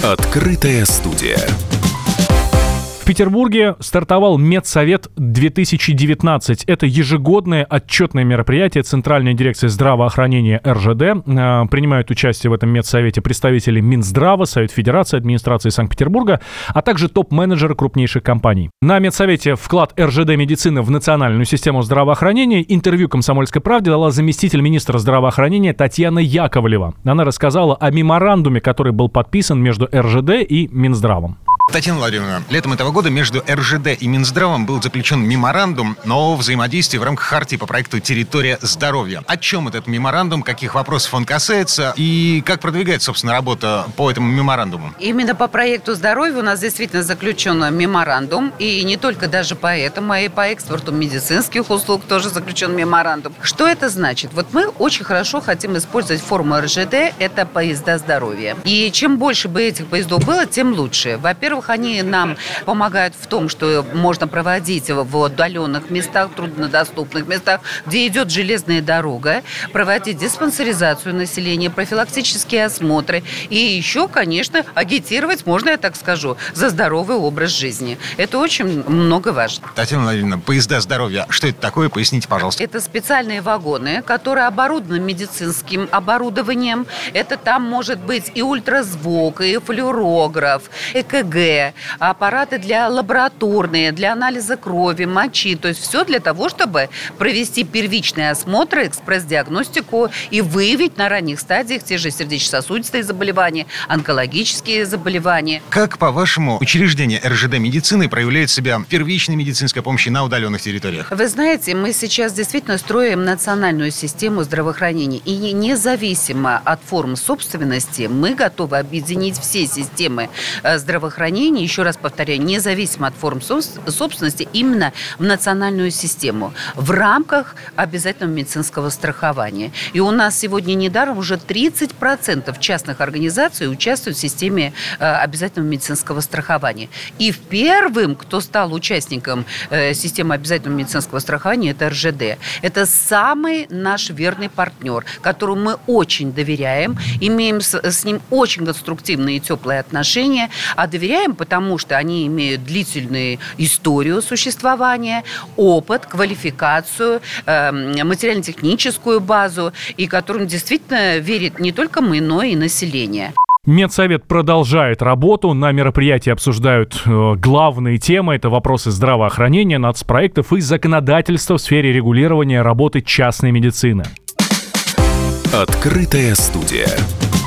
Открытая студия. В Петербурге стартовал Медсовет 2019. Это ежегодное отчетное мероприятие Центральной дирекции здравоохранения РЖД. Принимают участие в этом Медсовете представители Минздрава, Совет Федерации, администрации Санкт-Петербурга, а также топ-менеджеры крупнейших компаний. На Медсовете вклад РЖД медицины в национальную систему здравоохранения интервью «Комсомольской правде» дала заместитель министра здравоохранения Татьяна Яковлева. Она рассказала о меморандуме, который был подписан между РЖД и Минздравом. Татьяна Владимировна, летом этого года между РЖД и Минздравом был заключен меморандум нового взаимодействия в рамках хартии по проекту «Территория здоровья». О чем этот меморандум, каких вопросов он касается и как продвигается, собственно, работа по этому меморандуму? Именно по проекту здоровья у нас действительно заключен меморандум. И не только даже по этому, а и по экспорту медицинских услуг тоже заключен меморандум. Что это значит? Вот мы очень хорошо хотим использовать форму РЖД, это поезда здоровья. И чем больше бы этих поездов было, тем лучше. Во-первых, они нам помогают в том, что можно проводить в отдаленных местах, труднодоступных местах, где идет железная дорога, проводить диспансеризацию населения, профилактические осмотры и еще, конечно, агитировать, можно я так скажу, за здоровый образ жизни. Это очень много важно. Татьяна Владимировна, поезда здоровья, что это такое? Поясните, пожалуйста. Это специальные вагоны, которые оборудованы медицинским оборудованием. Это там может быть и ультразвук, и флюорограф, ЭКГ, аппараты для лабораторные, для анализа крови, мочи. То есть все для того, чтобы провести первичный осмотр, экспресс-диагностику и выявить на ранних стадиях те же сердечно-сосудистые заболевания, онкологические заболевания. Как, по-вашему, учреждение РЖД медицины проявляет себя в первичной медицинской помощи на удаленных территориях? Вы знаете, мы сейчас действительно строим национальную систему здравоохранения. И независимо от форм собственности, мы готовы объединить все системы здравоохранения, еще раз повторяю, независимо от форм собственности, именно в национальную систему в рамках обязательного медицинского страхования. И у нас сегодня недаром уже 30% частных организаций участвуют в системе обязательного медицинского страхования. И первым, кто стал участником системы обязательного медицинского страхования, это РЖД. Это самый наш верный партнер, которому мы очень доверяем, имеем с ним очень конструктивные и теплые отношения, а доверяем, потому что они имеют длительную историю существования, опыт, квалификацию, материально-техническую базу, и которым действительно верит не только мы, но и население. Медсовет продолжает работу. На мероприятии обсуждают главные темы. Это вопросы здравоохранения, нацпроектов и законодательства в сфере регулирования работы частной медицины. Открытая студия.